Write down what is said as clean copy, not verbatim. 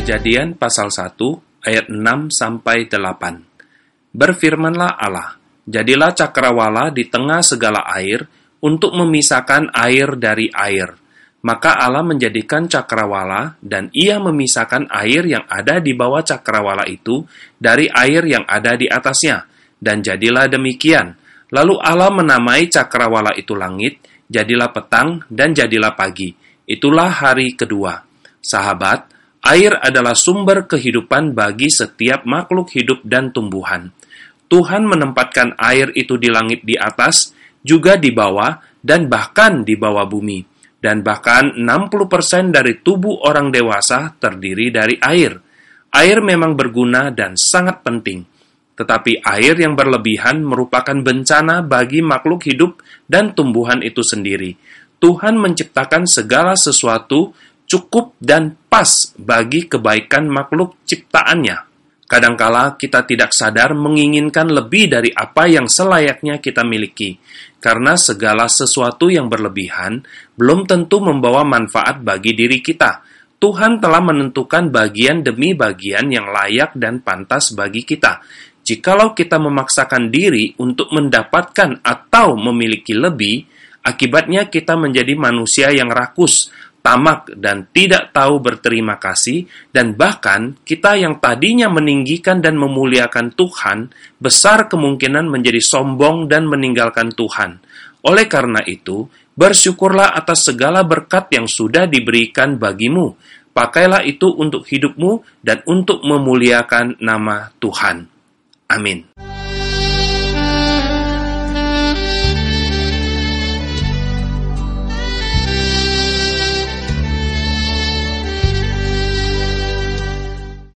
Kejadian pasal 1 ayat 6-8. Berfirmanlah Allah, jadilah cakrawala di tengah segala air untuk memisahkan air dari air. Maka Allah menjadikan cakrawala dan ia memisahkan air yang ada di bawah cakrawala itu dari air yang ada di atasnya. Dan jadilah demikian. Lalu Allah menamai cakrawala itu langit, jadilah petang dan jadilah pagi. Itulah hari kedua. Sahabat, air adalah sumber kehidupan bagi setiap makhluk hidup dan tumbuhan. Tuhan menempatkan air itu di langit di atas, juga di bawah, dan bahkan di bawah bumi. Dan bahkan 60% dari tubuh orang dewasa terdiri dari air. Air memang berguna dan sangat penting. Tetapi air yang berlebihan merupakan bencana bagi makhluk hidup dan tumbuhan itu sendiri. Tuhan menciptakan segala sesuatu cukup dan pas bagi kebaikan makhluk ciptaannya. Kadangkala kita tidak sadar menginginkan lebih dari apa yang selayaknya kita miliki, karena segala sesuatu yang berlebihan belum tentu membawa manfaat bagi diri kita. Tuhan telah menentukan bagian demi bagian yang layak dan pantas bagi kita. Jikalau kita memaksakan diri untuk mendapatkan atau memiliki lebih, akibatnya kita menjadi manusia yang rakus, tamak, dan tidak tahu berterima kasih, dan bahkan kita yang tadinya meninggikan dan memuliakan Tuhan, besar kemungkinan menjadi sombong dan meninggalkan Tuhan. Oleh karena itu, bersyukurlah atas segala berkat yang sudah diberikan bagimu. Pakailah itu untuk hidupmu dan untuk memuliakan nama Tuhan. Amin.